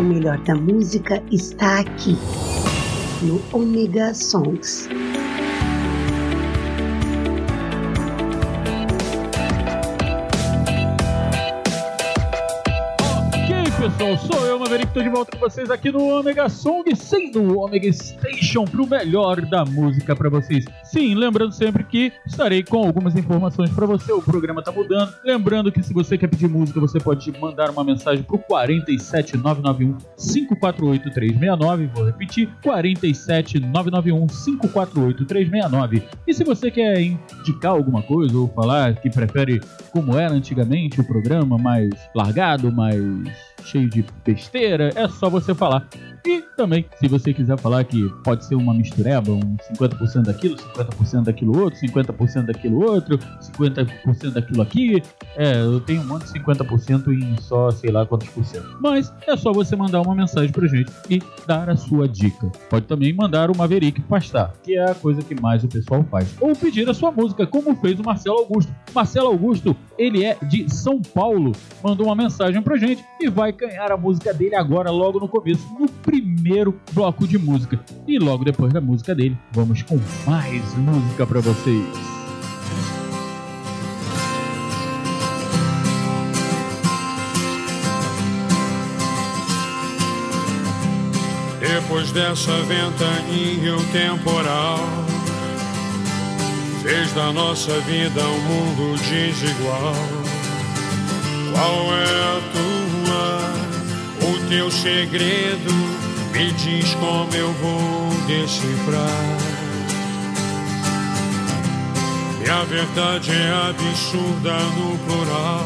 O melhor da música está aqui, no Omega Songs. Pessoal, sou eu, Maverick, estou de volta com vocês aqui no Omega Song, sendo o Omega Station para o melhor da música para vocês. Sim, lembrando sempre que estarei com algumas informações para você, o programa está mudando. Lembrando que se você quer pedir música, você pode mandar uma mensagem para o 47991-548-369, vou repetir, 47991-548-369. E se você quer indicar alguma coisa ou falar que prefere como era antigamente o programa, mais largado, mais cheio de besteira, é só você falar. E também, se você quiser falar que pode ser uma mistureba, um 50% daquilo, 50% daquilo outro, 50% daquilo outro, 50% daquilo aqui, eu tenho um monte de 50% em só sei lá quantos por cento. Mas é só você mandar uma mensagem pra gente e dar a sua dica. Pode também mandar o Maverick pastar, que é a coisa que mais o pessoal faz. Ou pedir a sua música, como fez o Marcelo Augusto. Marcelo Augusto, ele é de São Paulo, mandou uma mensagem pra gente e vai ganhar a música dele agora, logo no começo, no primeiro bloco de música. E logo depois da música dele, vamos com mais música pra vocês. Depois dessa ventania o temporal fez da nossa vida um mundo desigual. Qual é a tua, o teu segredo? Me diz como eu vou decifrar. E a verdade é absurda no plural,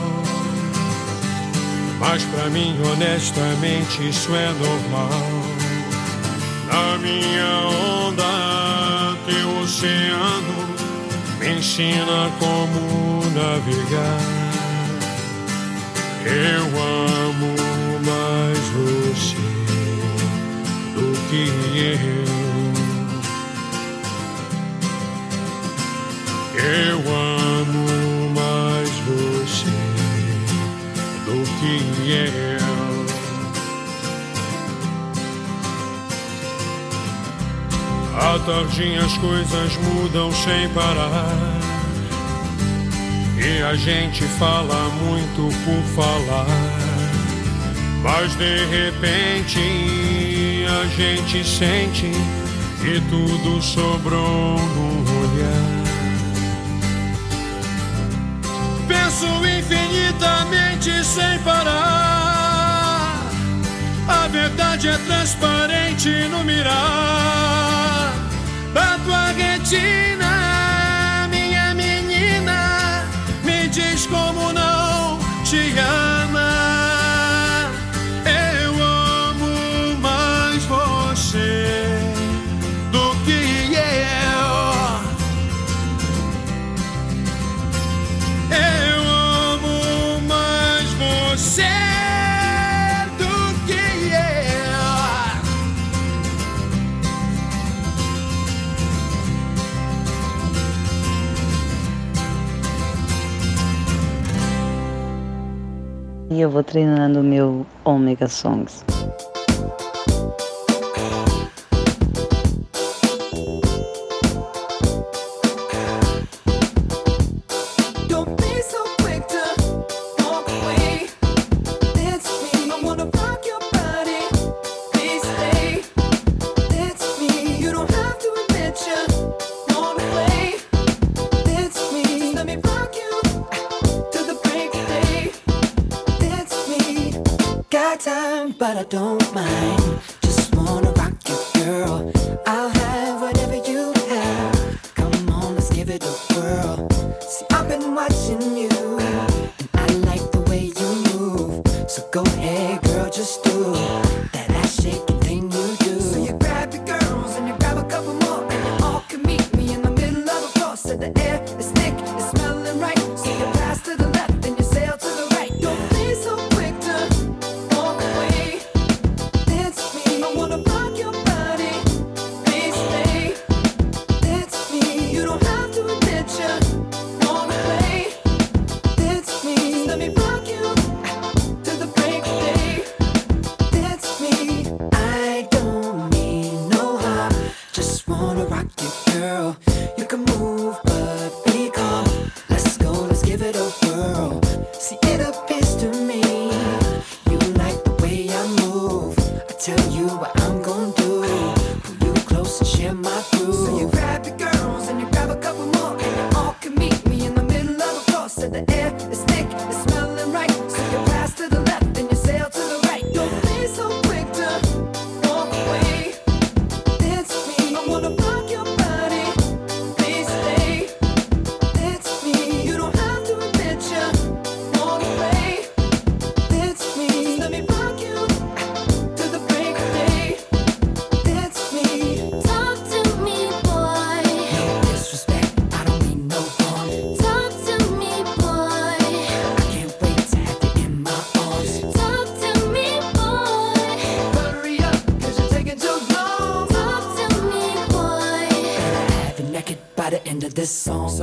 mas pra mim honestamente isso é normal. Na minha onda, teu oceano me ensina como navegar. Eu amo mais você do que eu amo mais você do que eu. À tardinha as coisas mudam sem parar, e a gente fala muito por falar, mas de repente a gente sente que tudo sobrou no olhar. Penso infinitamente sem parar, a verdade é transparente no mirar da tua retina, minha menina, me diz como não te ama. Eu amo mais você do que eu amo mais você do que E eu vou treinando o meu Omega Songs. But I don't mind, just wanna rock you, girl. I'll have whatever you have. Come on, let's give it a whirl. See, I've been watching you, and I like the way you move. So go ahead, girl, just do that ass shaking thing you do. So you grab your girls and you grab a couple more, and you all can meet me in the middle of the floor. So the air is thick, it's smelling right. So you pass to the left and you sail to the right. Don't be so quick to walk away. I wanna rock your body, please stay. That's me. You don't have to admit you wanna play.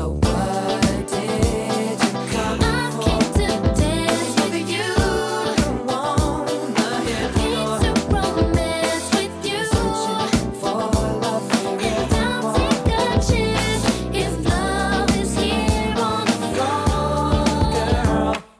So what did you come for? I came to dance with you. I wanna hear more. Came to romance with you. Searching for love for And I'll take a chance if love is here on the floor. girl.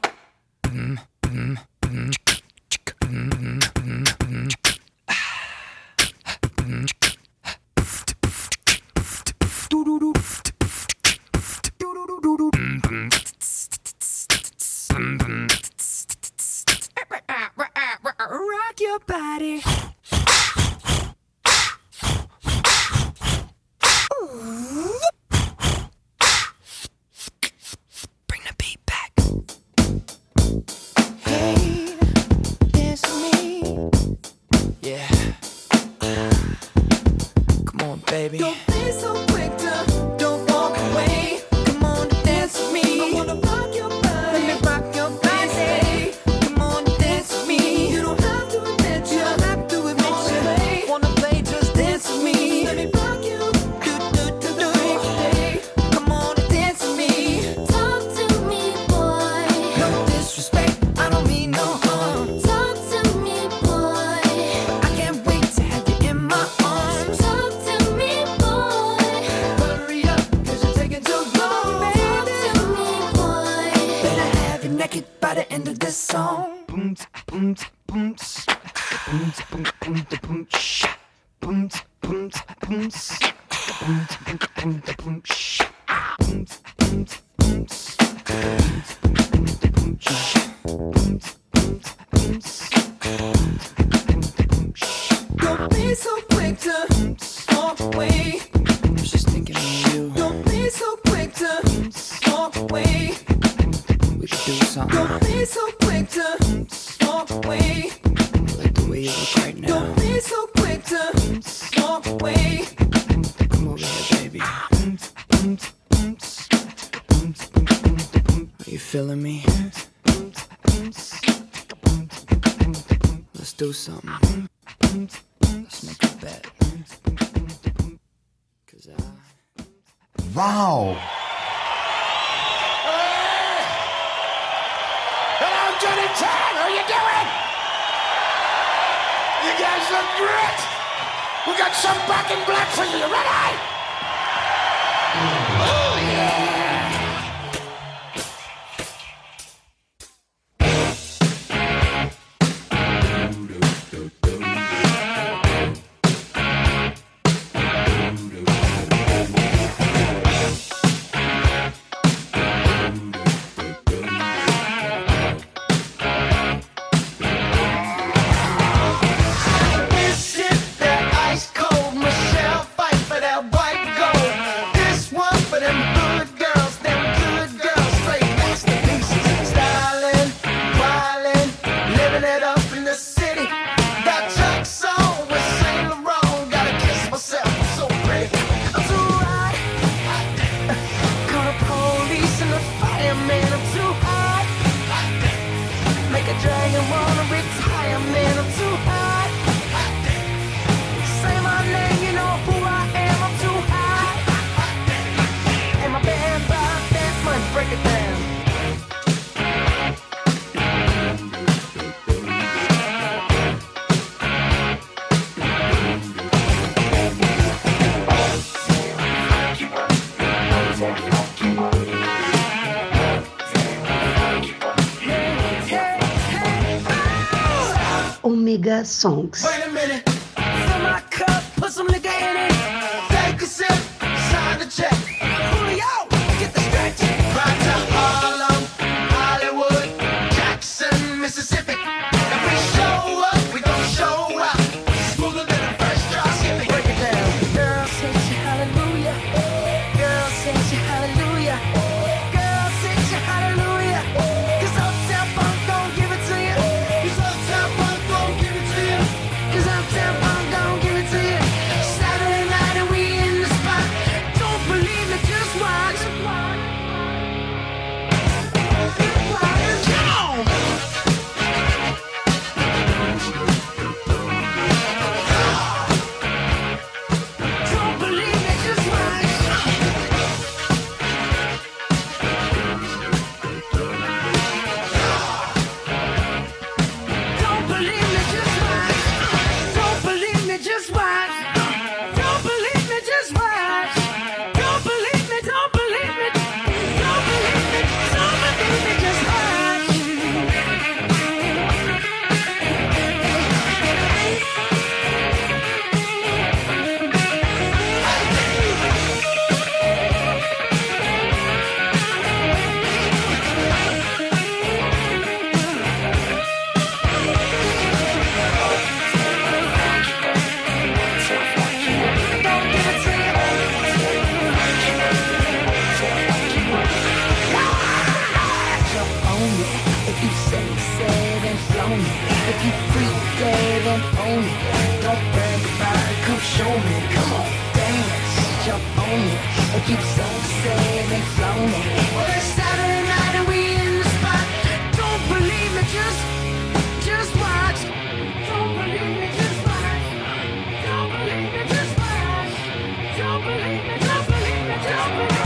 Rock your body. Bring the beat back. Hey, dance with me. Yeah. Come on, baby. Don't be so quick to don't walk away. Come on, dance with me. I wanna rock your body. Let me rock your body. Come on, dance with me. You don't have to admit you. Don't have to admit you. Wanna play? Just dance with me. Let me rock you. Come on, dance with me. Talk to me, boy. No disrespect, I don't mean no harm. Talk to me, boy. I can't wait to have you in my arms. Talk to me, boy. Hurry up, 'cause you're taking too long, Talk baby. to me, boy. Better have you naked by the end of this song. Boom, boom, boom, boom, boom, boom, boom, shh. Boom, boom, boom, boom, boom, boom, boom, shh. Boom, boom, boom, boom, shh. Boom, boom, boom, shh. Don't be so quick to walk away. I was just thinking of you. Don't be so quick to walk away. We could do something. Don't be so quick to walk away. I like the way you look right now. Don't be so quick to walk away. Come over here, baby. Are you feeling me? Let's do something. Let's make a bet. 'Cause Wow! Hello, Johnny Tan. How you doing? You guys look great. We got some back in black for you. Ready? Oh yeah. This shit that ice cold Michelle fight for that white gold. This one for them good girls, straight masterpieces. Styling, wildin', living it up in the city. Got Chuck's on with Saint Laurent. Gotta kiss myself, I'm so pretty. I'm too hot. Call the police and the fireman. I'm too hot. Make a dragon wanna retire, man. I'm too hot. Say my name, you know who I am. I'm too hot. And my band bought dance money, break it down. Omega Songs. Wait a minute. Fill my cup, put some liquor in it. Take a sip, sign the check. Julio, get the stretch. Right to Harlem, Hollywood, Jackson, Mississippi. If we show up, we gon' show out. Smoother than a fresh drop skipping. Break it down. Girl, say you hallelujah. Girl, say you hallelujah. Girl, say you hallelujah. 'Cause Uptown Funk gon' give it to you. 'Cause Uptown Funk gon' give it to you. 'Cause Uptown blame me. Don't brag about it, come show me. Come on, dance, jump on me. And keep so sad and flown me. Well, it's Saturday night and we in the spot. Don't believe me, just watch. Don't believe me, just watch. Don't believe me, just watch. Don't believe me, just believe me, just believe me.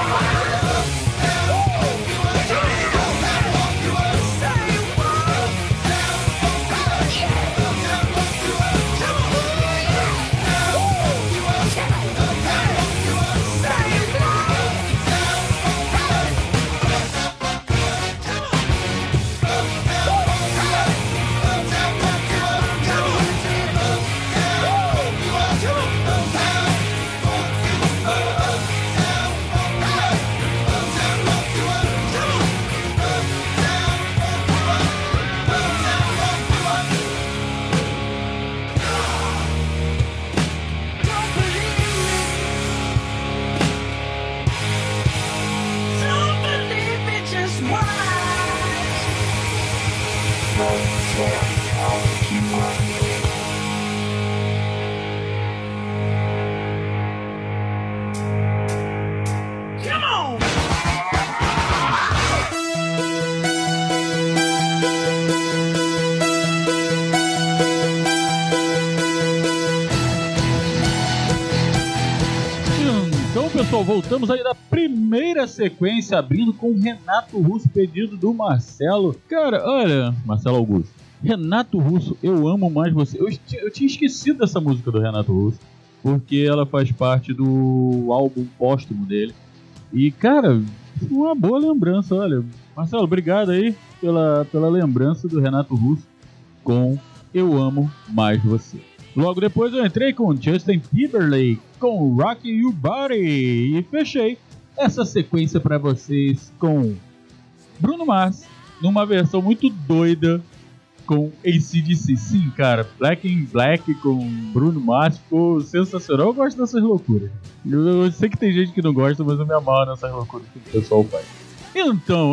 Pessoal, voltamos aí da primeira sequência, abrindo com o Renato Russo, pedido do Marcelo. Cara, olha, Marcelo Augusto, Renato Russo, eu amo mais você. Eu tinha esquecido dessa música do Renato Russo, porque ela faz parte do álbum póstumo dele. E, cara, uma boa lembrança, olha. Marcelo, obrigado aí pela lembrança do Renato Russo com Eu Amo Mais Você. Logo depois eu entrei com Justin Timberlake com Rock Your Body e fechei essa sequência para vocês com Bruno Mars numa versão muito doida com AC/DC. Sim, cara, Black in Black com Bruno Mars ficou sensacional. Eu gosto dessas loucuras. Eu sei que tem gente que não gosta, mas eu me amarro nessas loucuras que o pessoal faz. Então,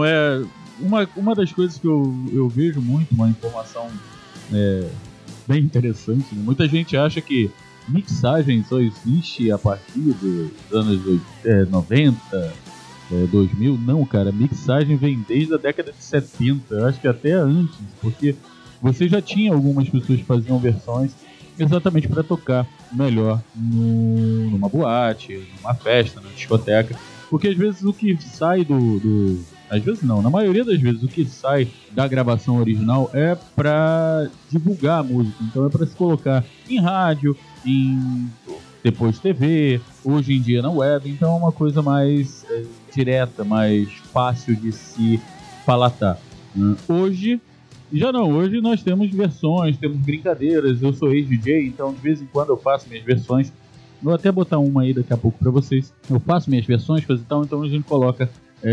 uma das coisas que eu vejo muito, uma informação bem interessante, né? Muita gente acha que mixagem só existe a partir dos anos 90, 2000. Não, cara, mixagem vem desde a década de 70, acho que até antes, porque você já tinha algumas pessoas que faziam versões exatamente para tocar melhor numa boate, numa festa, numa discoteca, porque às vezes o que sai às vezes não, na maioria das vezes o que sai da gravação original é pra divulgar a música, então é pra se colocar em rádio, depois TV, hoje em dia na web, então é uma coisa mais direta, mais fácil de se palatar. Hoje nós temos versões, temos brincadeiras, eu sou ex-DJ, então de vez em quando eu faço minhas versões, vou até botar uma aí daqui a pouco pra vocês, eu faço minhas versões, então a gente coloca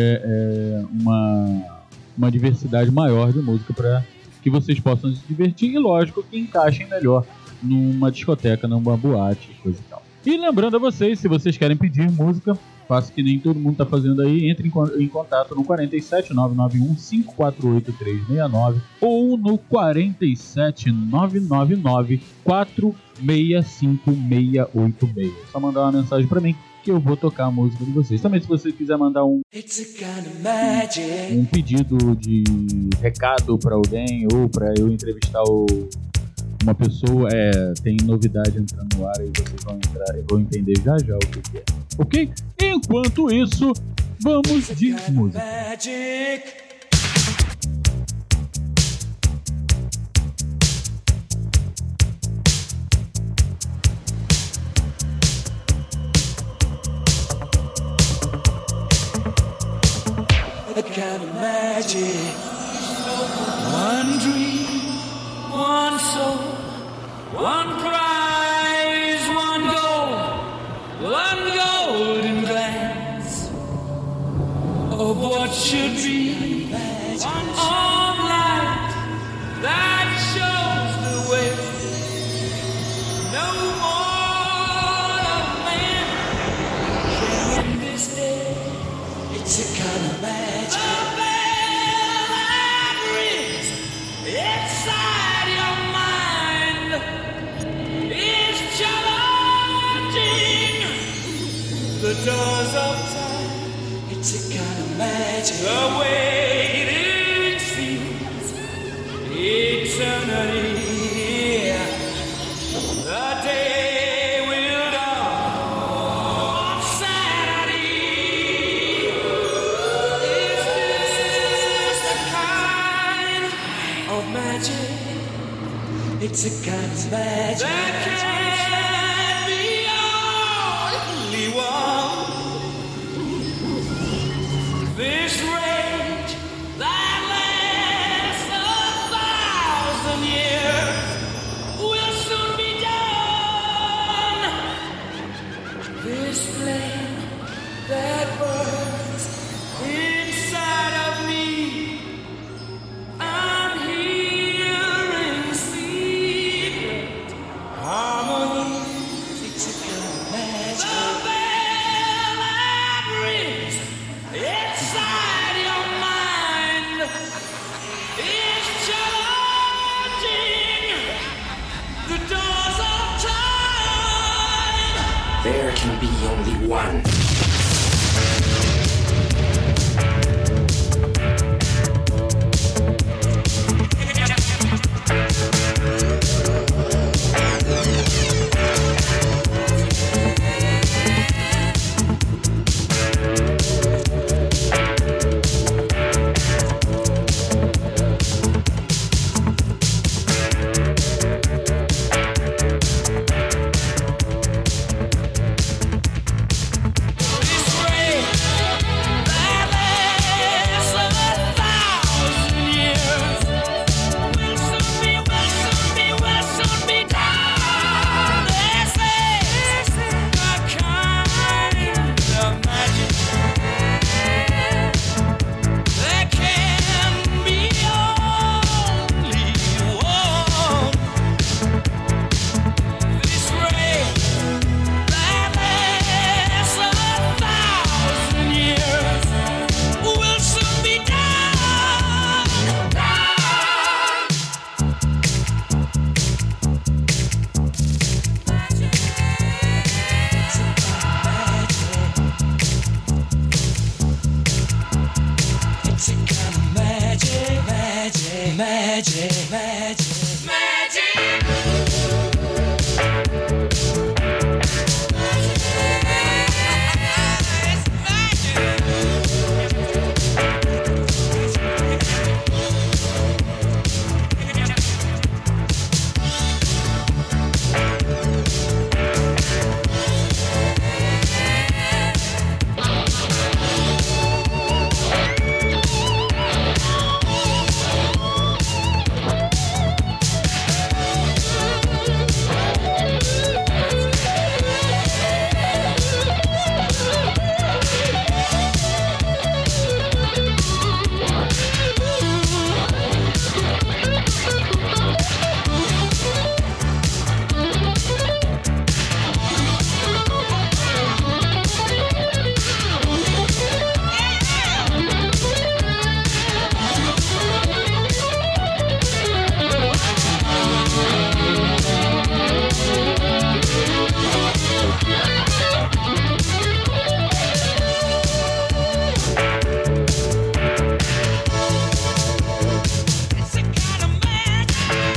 uma diversidade maior de música para que vocês possam se divertir e, lógico, que encaixem melhor numa discoteca, numa boate, coisa e tal. E lembrando a vocês, se vocês querem pedir música, faça que nem todo mundo está fazendo aí, entre em contato no 47 991 548 369 ou no 47 999 465 686. Só mandar uma mensagem para mim que eu vou tocar a música de vocês. Também, se você quiser mandar um pedido de recado para alguém ou para eu entrevistar uma pessoa, tem novidade entrando no ar e vocês vão entender já o que é. Ok? Enquanto isso, vamos de música. The kind of magic. One dream, one soul, one prize, one golden glance of what should be one light that shows the way. No mortal man can win this day. It's a kind of magic. Inside your mind. doors of time. It's a kind of magic. The waiting seems eternity. The day will dawn of Saturday. Is this the kind of magic? It's a kind of magic that can be only one. This rage that lasts 1,000 years will soon be done. This flame that burns inside of me, I'm hearing secret harmonies. It's a kind of magic. The bell that rings inside your mind is challenging the doors of time. There can be only one. This rain that lasts 1,000 years will soon be done. This is the kind of magic that can be only one. This rain that lasts 1,000 years will soon be done. It's a kind of magic, magic, magic, magic, magic. It's a kind of magic.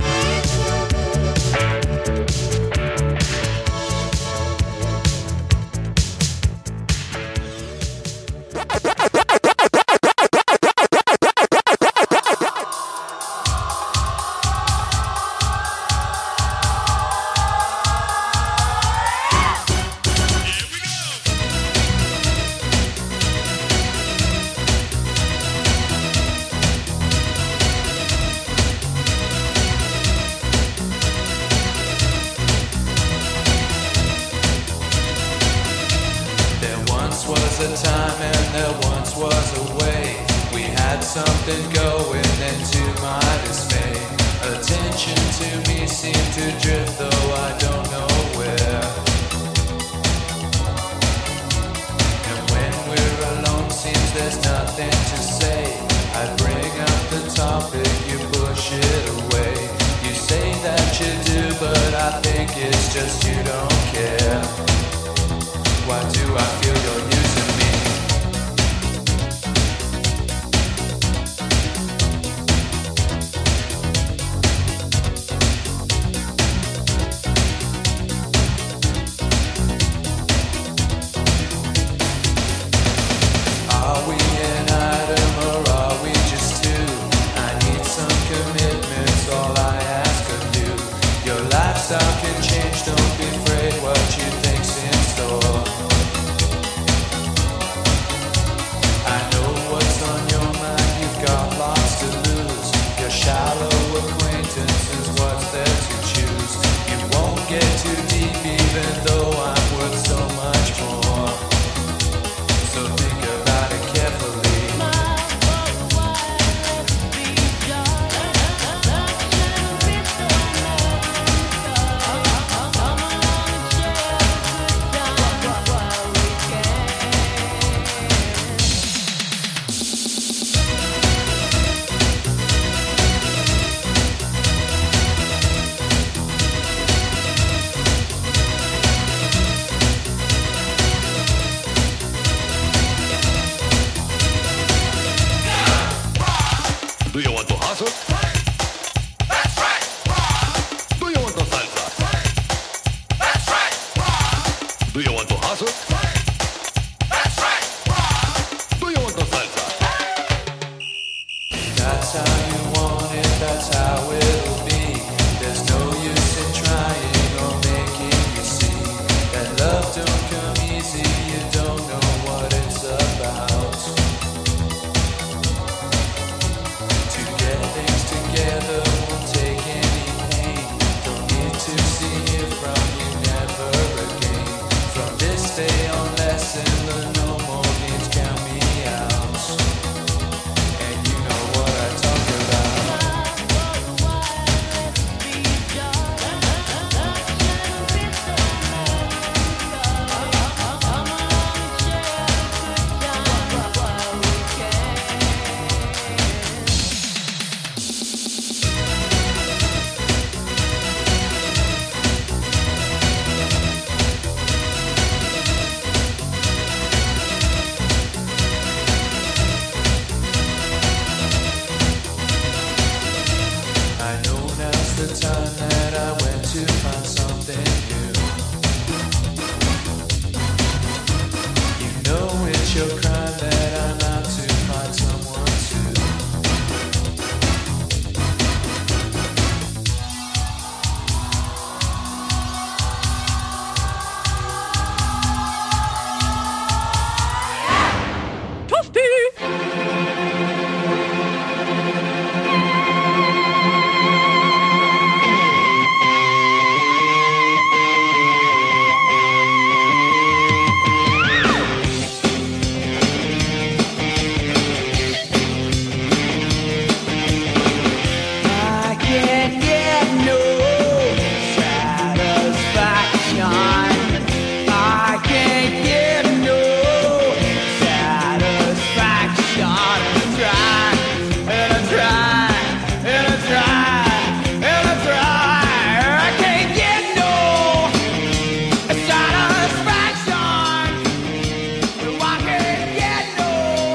There once was a time and there once was a way. We had something going, and to my dismay, attention to me seemed to drift, though I don't know where. And when we're alone, seems there's nothing to say. I bring up the topic, you push it away. You say that you do, but I think it's just you don't care. Why do I feel your That's right. Do you want to salsa? That's right. Do you want to hustle? That's right. Do you want to salsa? That's how you want it, that's how it'll be. There's no use in trying or making you see that love don't come easy, you don't know what it's about. To get things together won't take any pain. Don't need to see it from you never again. From this day on, lesson learned, no more games, count me out. And you know what I talk about. I know now's the time that I went to find something new. You know it's your crime that I'm out to find someone too. I can't get no satisfaction. I can't get no satisfaction. And I try, and I try, and I try. I can't get no satisfaction. No, I can't get no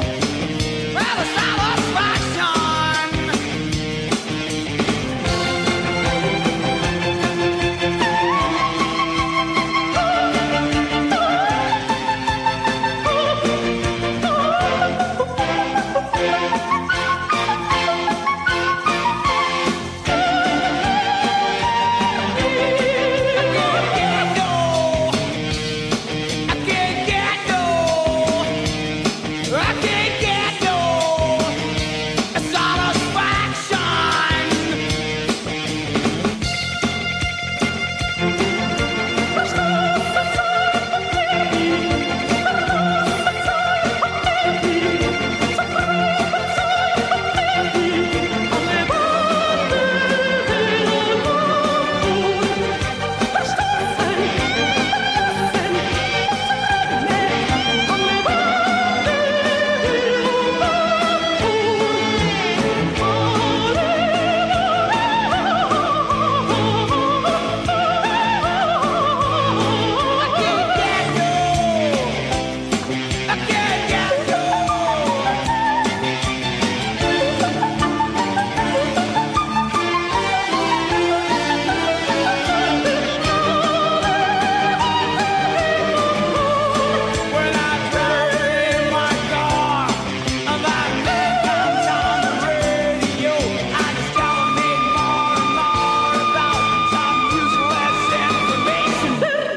satisfaction. When I drive in my car, and that man comes on the radio, I discover more and more about some useless information.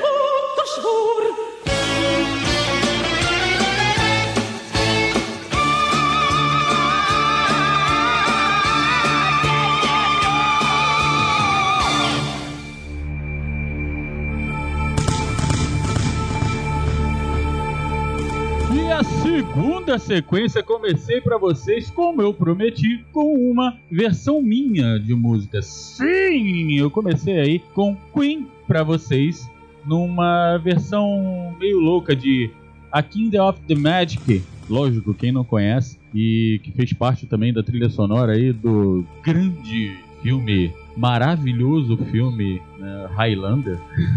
E a segunda sequência comecei pra vocês, como eu prometi, com uma versão minha de música. Sim, eu comecei aí com Queen pra vocês, numa versão meio louca de A Kingdom of the Magic. Lógico, quem não conhece, e que fez parte também da trilha sonora aí do grande filme, maravilhoso filme, né, Highlander.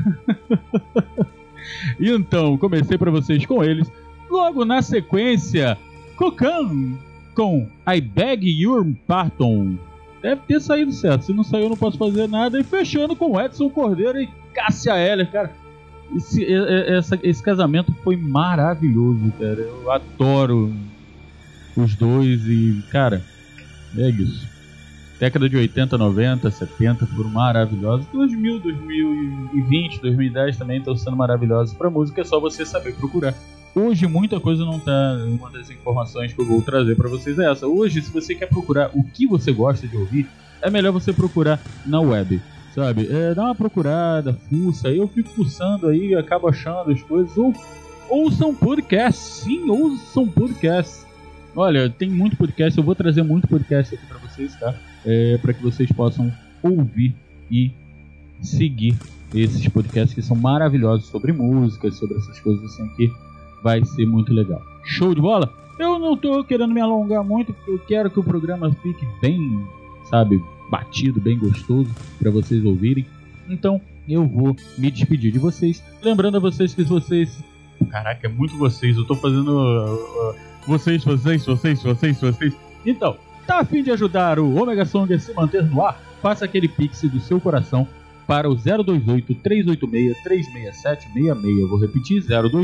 Então, comecei pra vocês com eles. Logo na sequência, Kokan com I Beg Your Pardon. deve ter saído certo. Se não saiu, eu não posso fazer nada. E fechando com Edson Cordeiro e Cássia Eller, cara. Esse casamento foi maravilhoso, cara. Eu adoro os dois e, cara, é isso. Década de 80, 90, 70 foram maravilhosos. 2000, 2020, 2010 também estão sendo maravilhosos pra música. É só você saber procurar. Hoje muita coisa não tá. Uma das informações que eu vou trazer pra vocês é essa. Hoje, se você quer procurar o que você gosta de ouvir, é melhor você procurar na web, sabe? Dá uma procurada, fuça. Eu fico fuçando aí, acabo achando as coisas. Ouçam podcasts. Sim, ouçam podcasts. Olha, tem muito podcast. Eu vou trazer muito podcast aqui pra vocês, tá? Pra que vocês possam ouvir e seguir esses podcasts que são maravilhosos sobre música, sobre essas coisas assim que vai ser muito legal. Show de bola? Eu não tô querendo me alongar muito, porque eu quero que o programa fique bem, sabe, batido, bem gostoso pra vocês ouvirem. Então eu vou me despedir de vocês, lembrando a vocês que vocês... Caraca, é muito vocês, eu tô fazendo... Vocês. Então, tá a fim de ajudar o Omega Song a se manter no ar? Faça aquele pix do seu coração para o 028-386-36766. Vou repetir,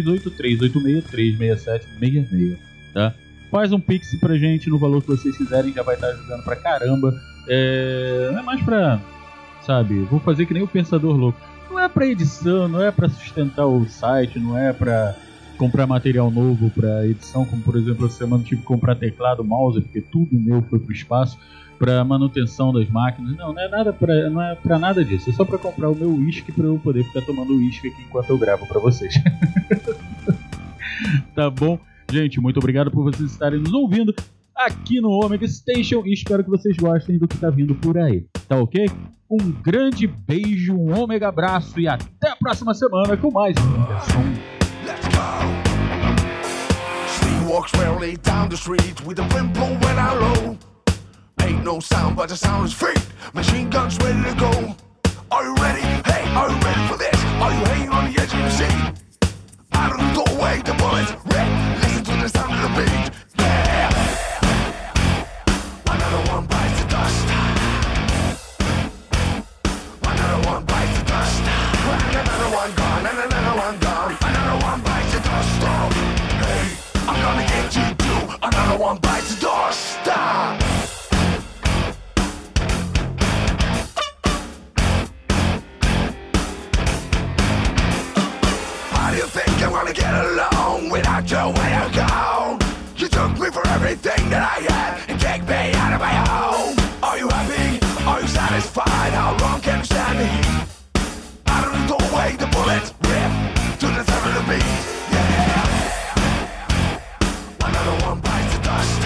028-386-36766, tá? Faz um pix pra gente no valor que vocês quiserem, já vai estar ajudando pra caramba. Não é mais pra, sabe, vou fazer que nem o Pensador Louco. Não é pra edição, não é pra sustentar o site, não é pra comprar material novo pra edição, como por exemplo essa semana eu tive que comprar teclado, mouse, porque tudo meu foi pro espaço, pra manutenção das máquinas. Não é pra nada disso, é só pra comprar o meu uísque pra eu poder ficar tomando uísque aqui enquanto eu gravo pra vocês. Tá bom? Gente, muito obrigado por vocês estarem nos ouvindo aqui no Omega Station e espero que vocês gostem do que tá vindo por aí, tá ok? Um grande beijo, um Omega abraço e até a próxima semana com mais Omega Song. Let's go. She walks rarely down the street with the wind blowing out low. Ain't no sound, but the sound is free. Machine guns ready to go. Are you ready? Hey, are you ready for this? Are you hanging on the edge of your seat? Out of the doorway, the bullets rip. Listen to the sound of the beat. Yeah. Another one bites the dust. Another one bites the dust. Another one gone, and another one gone. Another one bites the dust. Oh, hey, I'm gonna get you too. Another one bites the dust. Stop. How do you think I'm gonna get along without you when you're gone? You took me for everything that I had and kicked me out of my home. Are you happy? Are you satisfied? How long can you stand the heat? Out of the doorway, the bullets rip to the sound of the beat. Yeah. Another one bites the dust.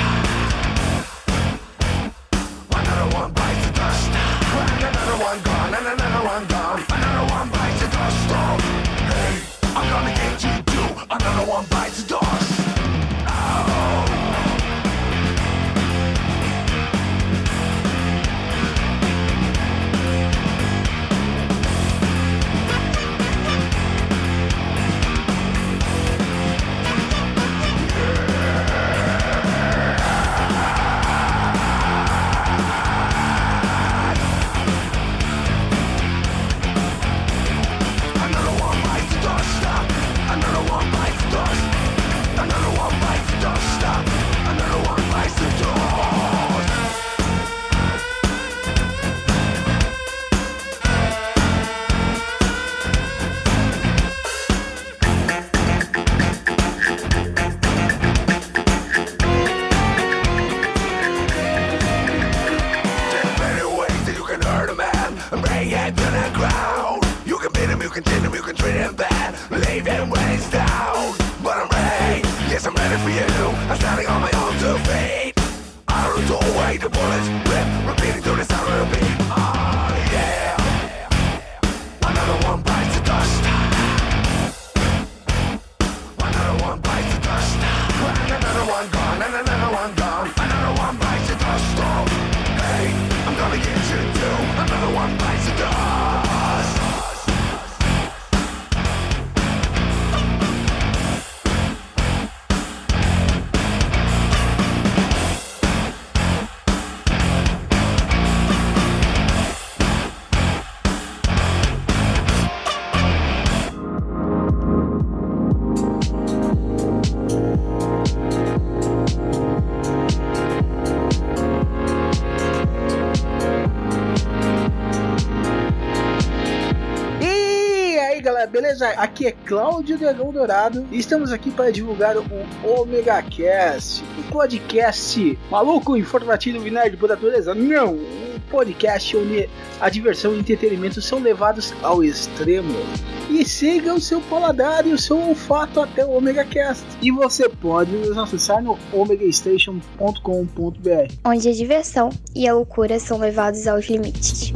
Another one bites the dust. Another one gone, and another one gone. Another one bites the dust. Oh, hey, I'm gonna get you too. Another one bites the dust. beleza? Aqui é Cláudio Dragão Dourado e estamos aqui para divulgar o Omega Cast, o podcast maluco, informativo e nerd por natureza. Não, um podcast onde a diversão e o entretenimento são levados ao extremo. E siga o seu paladar e o seu olfato até o Omega Cast. E você pode nos acessar no omegastation.com.br, onde a diversão e a loucura são levados aos limites.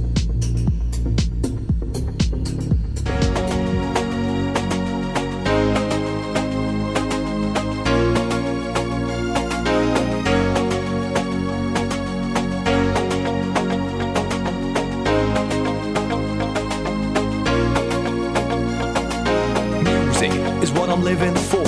Is what I'm living for.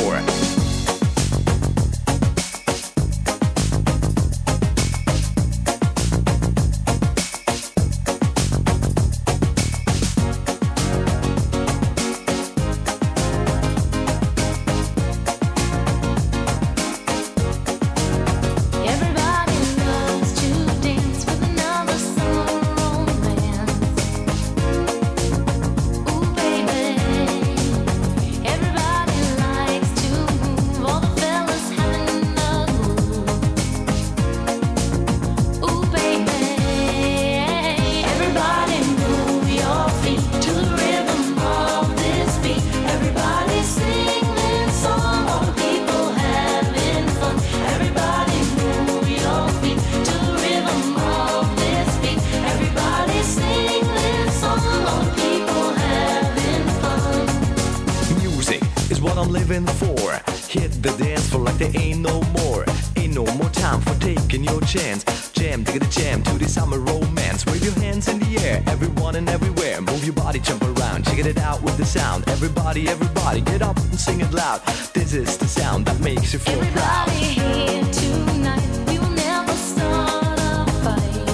I'm living for. Hit the dance floor like there ain't no more. Ain't no more time for taking your chance. Jam, dig the jam to the summer romance. Wave your hands in the air, everyone and everywhere. Move your body, jump around, check it out with the sound. Everybody, everybody, get up and sing it loud. This is the sound that makes you feel proud. Everybody here tonight, we will never start a fight.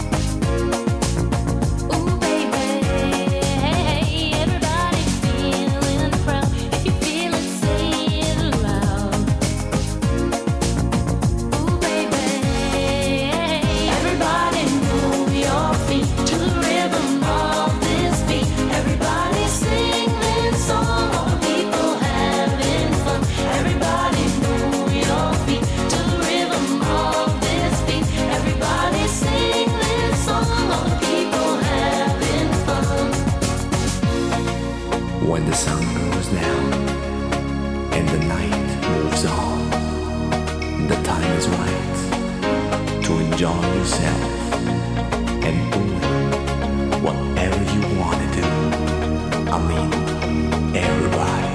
Ooh, baby, everybody feeling proud. If you feel it, say it loud. Ooh, baby, everybody move your feet to the rhythm of this beat. Everybody sing this song, all the people having fun. Everybody move your feet to the rhythm of this beat. Everybody sing this song, all the people having fun. When the sun goes down and the night moves on, the time is right to enjoy yourself and doing whatever you want to do. I mean, everybody.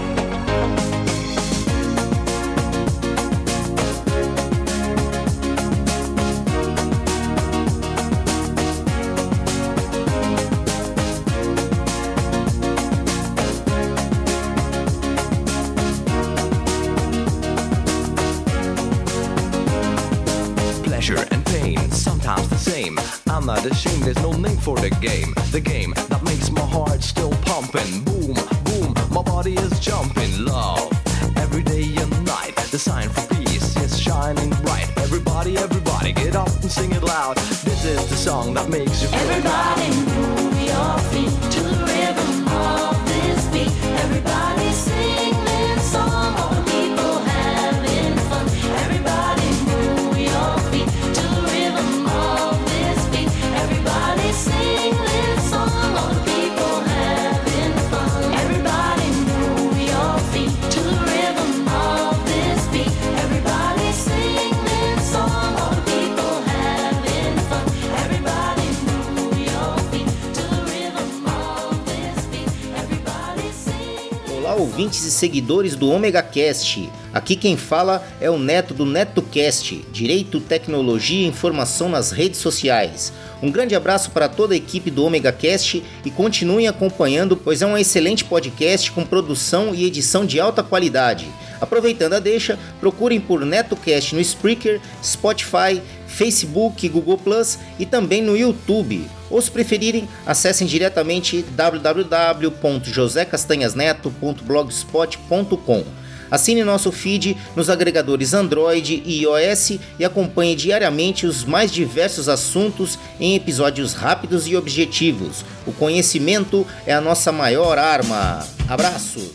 Pleasure and pain, sometimes the same. I'm not ashamed, there's no name for the game. The game that makes my heart still pumping. Boom, boom, my body is jumping. Love, every day and night. The sign for peace is shining bright. Everybody, everybody, get up and sing it loud. This is the song that makes you feel Everybody move your feet to the rhythm of this beat. Everybody sing this song, all the people having fun. Everybody move your feet to the rhythm of this beat. Everybody sing this song, all the people having fun. Everybody move your feet to the rhythm of this beat. Everybody sing this song, all the people having fun. Everybody move your feet to the rhythm of this beat. Everybody sing. Olá, ouvintes e seguidores do Omega Cast. Aqui quem fala é o Neto do NetoCast, Direito, Tecnologia e Informação nas redes sociais. Um grande abraço para toda a equipe do Omega Cast e continuem acompanhando, pois é um excelente podcast com produção e edição de alta qualidade. Aproveitando a deixa, procurem por NetoCast no Spreaker, Spotify, Facebook, Google Plus e também no YouTube. Ou se preferirem, acessem diretamente www.josecastanhasneto.blogspot.com. Assine nosso feed nos agregadores Android e iOS e acompanhe diariamente os mais diversos assuntos em episódios rápidos e objetivos. O conhecimento é a nossa maior arma. Abraços!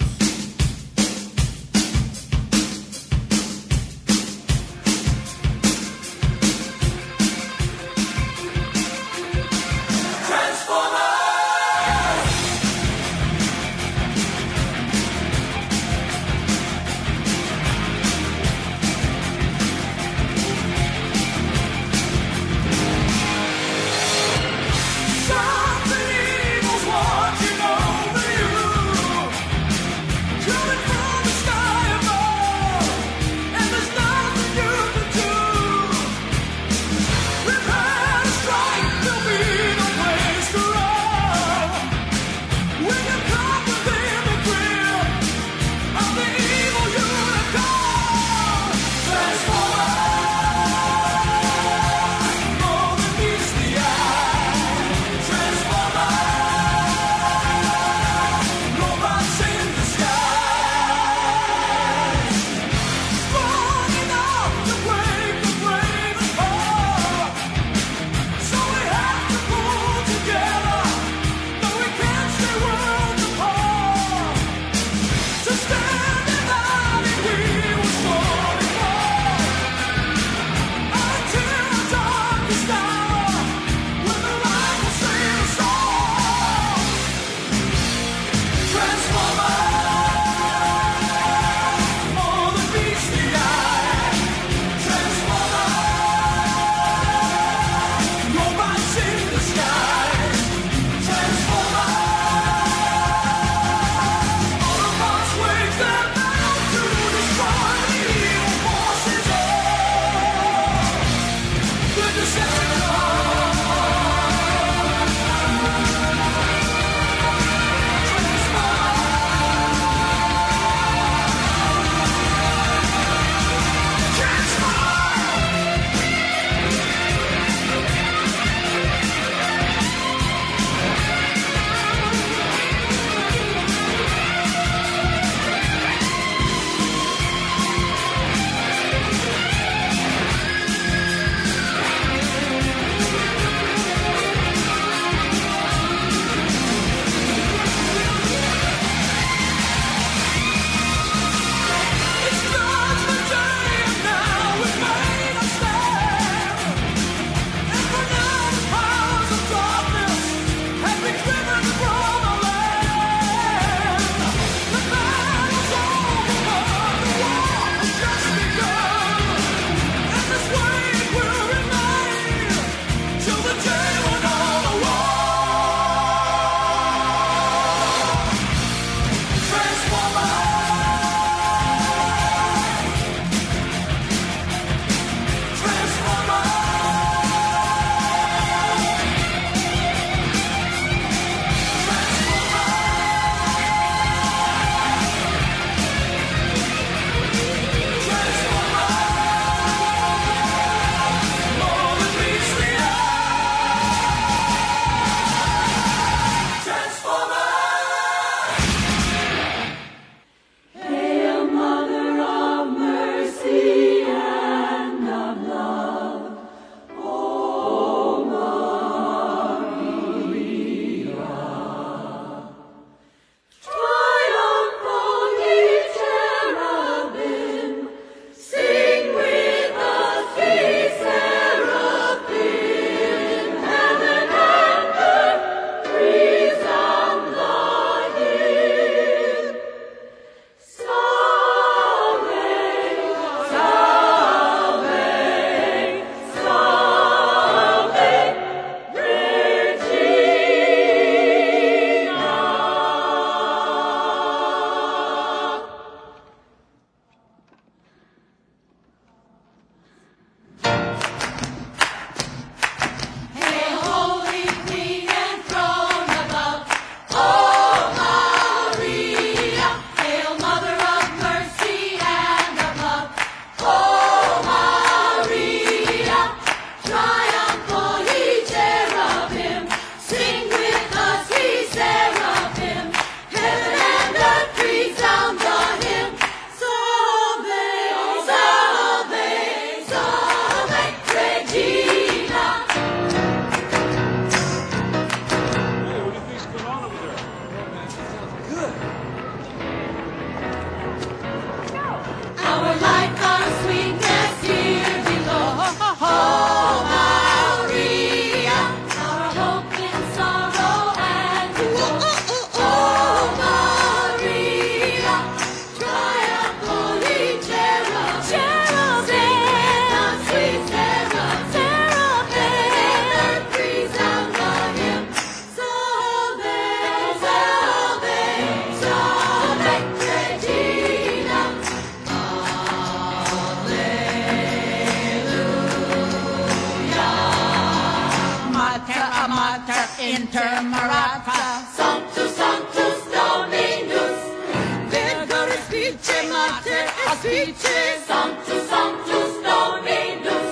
Intermarata. Sanctus, Sanctus Dominus. Virgo respice mater, aspice. Sanctus, Sanctus Dominus.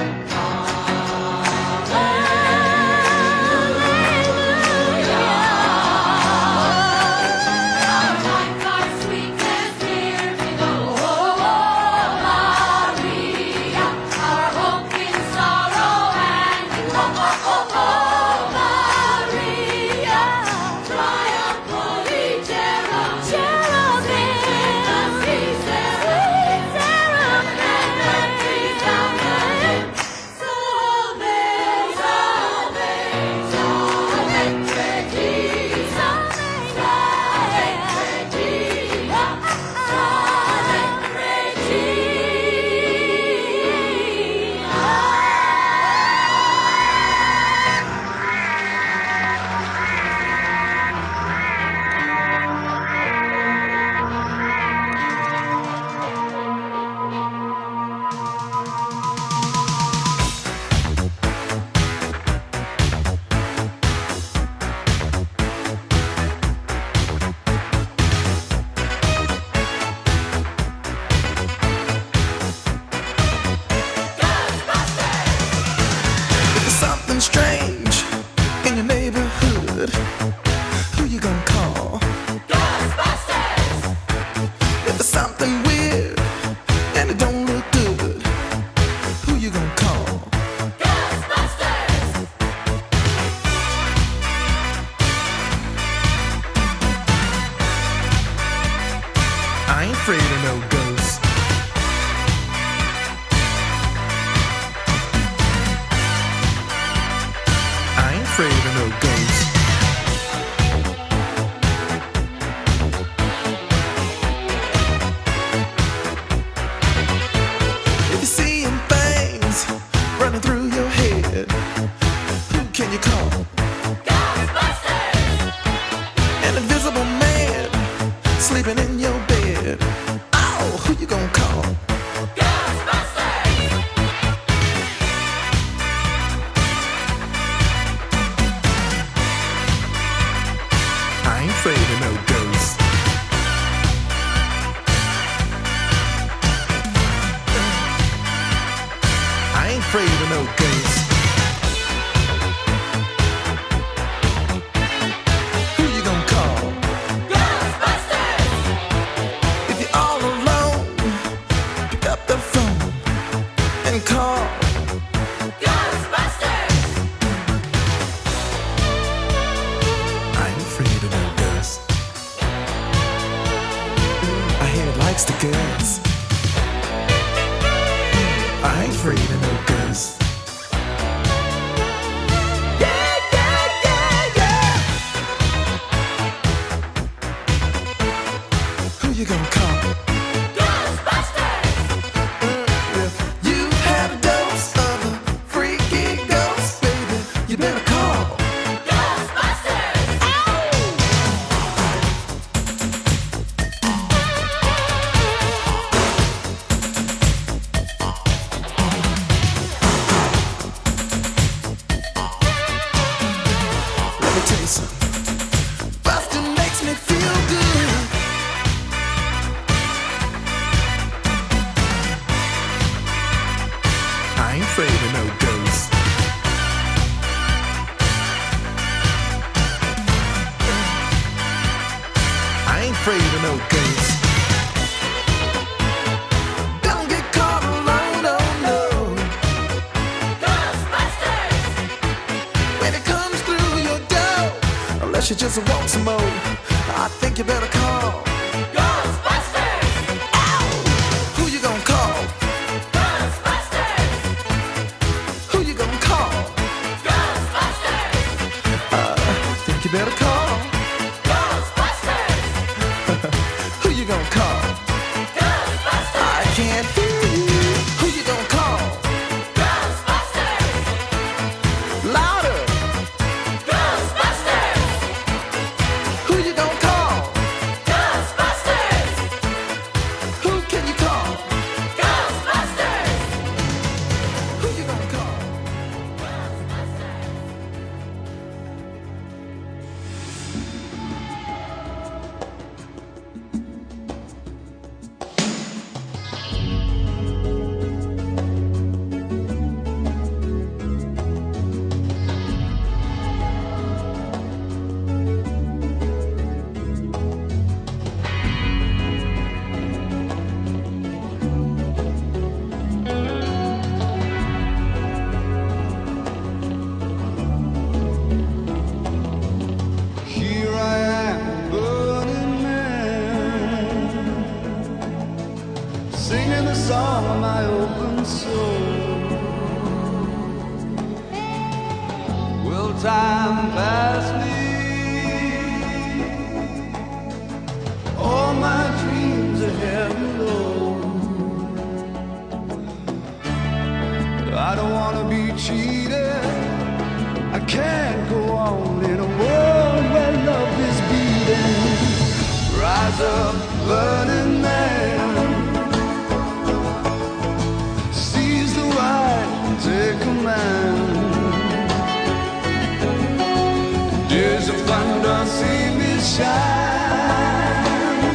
You just want some more. I think you better call Ghostbusters. Ow! Who you gonna call? Ghostbusters. Who you gonna call? Ghostbusters. Think you better call Ghostbusters. Who you gonna call? Ghostbusters. I can't hear you. Who you gonna call? Ghostbusters. Louder. Ghostbusters. Who you gonna call? Ghostbusters. time past me. All my dreams are heaven alone. I don't wanna be cheated. I can't go on in a world where love is beating. Rise up, burning man. Seize the right and take command. Days of thunder see me shine.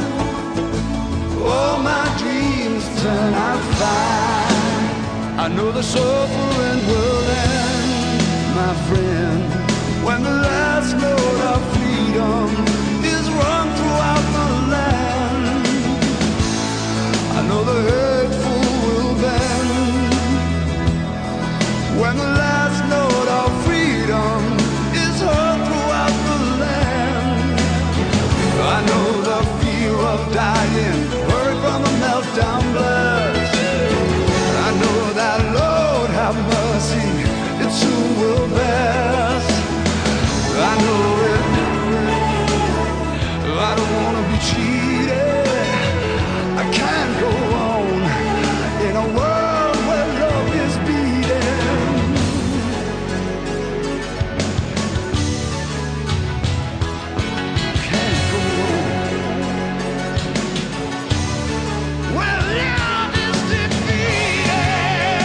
All my dreams turn out fine. I know the suffering will end, my friend, when the last note of freedom is rung throughout the land. I know the hateful will bend when the last note of freedom is heard throughout the land. I know the fear of dying heard from the meltdown blast. I know that, Lord have mercy, it soon will pass. I know it. I don't wanna be cheated. I can't go on in a world where love is beating. Can't go on where love is defeated.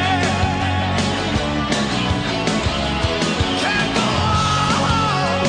Can't go on.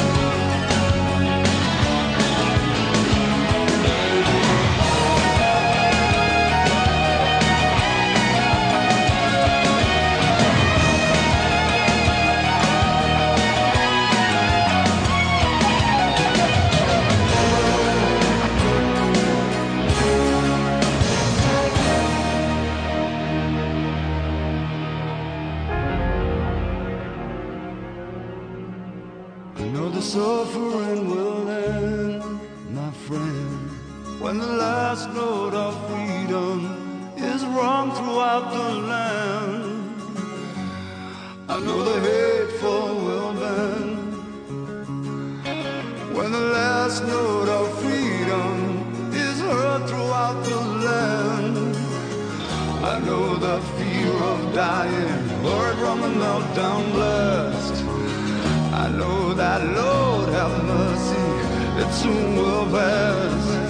I know the suffering will end, my friend, when the last note of freedom is rung throughout the land. I know the hateful will bend when the last note of freedom is heard throughout the land. I know the fear of dying heard from the meltdown blast. I know that, Lord have mercy, it soon will pass.